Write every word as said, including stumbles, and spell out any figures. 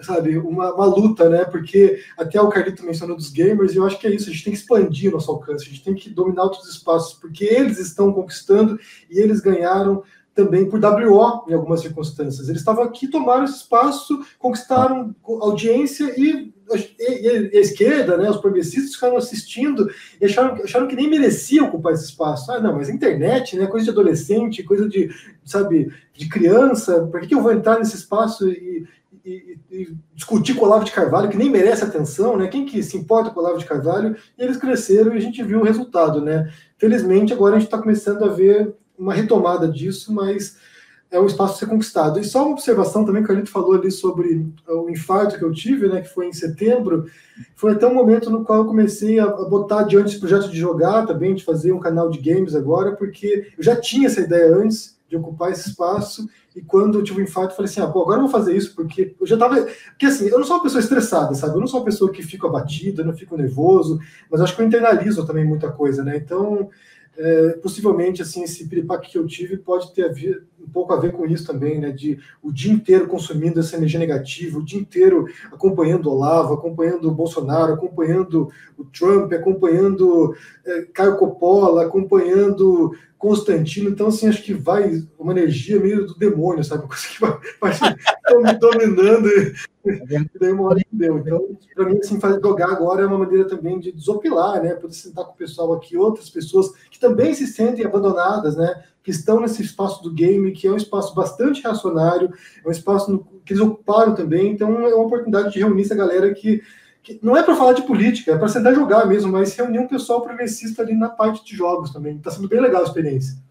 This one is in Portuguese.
sabe, uma, uma luta, né? Porque até o Carlito mencionou dos gamers, e eu acho que é isso, a gente tem que expandir nosso alcance, a gente tem que dominar outros espaços, porque eles estão conquistando e eles ganharam também por W O em algumas circunstâncias. Eles estavam aqui, tomaram esse espaço, conquistaram audiência e, e, e a esquerda, né, os progressistas ficaram assistindo e acharam, acharam que nem mereciam ocupar esse espaço. Ah, não, mas a internet, né, coisa de adolescente, coisa de, sabe, de criança, por que, que eu vou entrar nesse espaço e, e, e discutir com o Olavo de Carvalho, que nem merece atenção, né? Quem que se importa com o Olavo de Carvalho? E eles cresceram e a gente viu o resultado, né? Felizmente, agora a gente está começando a ver uma retomada disso, mas é um espaço a ser conquistado. E só uma observação também, que o Carlito falou ali sobre o infarto que eu tive, né, que foi em setembro, foi até um momento no qual eu comecei a botar adiante esse projeto de jogar também, de fazer um canal de games agora, porque eu já tinha essa ideia antes de ocupar esse espaço, e quando eu tive um infarto, eu falei assim, ah, pô, agora eu vou fazer isso, porque eu já tava... Porque assim, eu não sou uma pessoa estressada, sabe? Eu não sou uma pessoa que fica abatida, eu não fico nervoso, mas acho que eu internalizo também muita coisa, né? Então... É, possivelmente, assim, esse piripaque que eu tive pode ter a ver, um pouco a ver com isso também, né, de o dia inteiro consumindo essa energia negativa, o dia inteiro acompanhando o Olavo, acompanhando o Bolsonaro, acompanhando o Trump, acompanhando é, Caio Coppola, acompanhando Constantino. Então, assim, acho que vai uma energia meio do demônio, sabe, uma coisa que vai, vai me dominando e, e daí uma hora que deu. Então, para mim, assim, fazer, jogar agora é uma maneira também de desopilar, né, poder sentar com o pessoal aqui, outras pessoas que também se sentem abandonadas, né, que estão nesse espaço do game, que é um espaço bastante reacionário, é um espaço no, que eles ocuparam também, então é uma oportunidade de reunir essa galera que, que não é para falar de política, é para sentar e jogar mesmo, mas reunir um pessoal progressista ali na parte de jogos também. Está sendo bem legal a experiência.